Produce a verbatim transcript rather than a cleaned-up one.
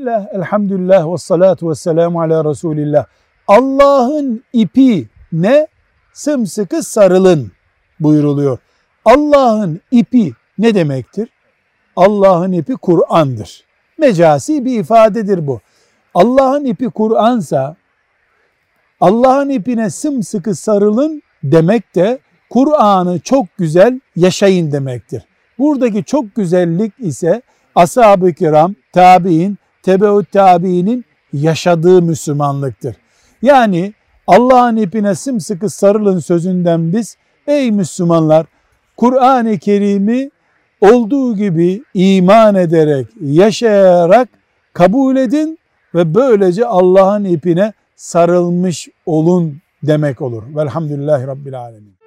Bismillah, elhamdülillah ve salatu ve selamu ala Resulillah. Allah'ın ipi ne? Sımsıkı sarılın buyuruluyor. Allah'ın ipi ne demektir? Allah'ın ipi Kur'an'dır. Mecazi bir ifadedir bu. Allah'ın ipi Kur'ansa Allah'ın ipine sımsıkı sarılın demek de Kur'an'ı çok güzel yaşayın demektir. Buradaki çok güzellik ise ashab-ı kiram, tabi'in, tebeut tabi'inin yaşadığı Müslümanlıktır. Yani Allah'ın ipine sımsıkı sarılın sözünden biz ey Müslümanlar Kur'an-ı Kerim'i olduğu gibi iman ederek, yaşayarak kabul edin ve böylece Allah'ın ipine sarılmış olun demek olur. Velhamdülillahi Rabbil Alemin.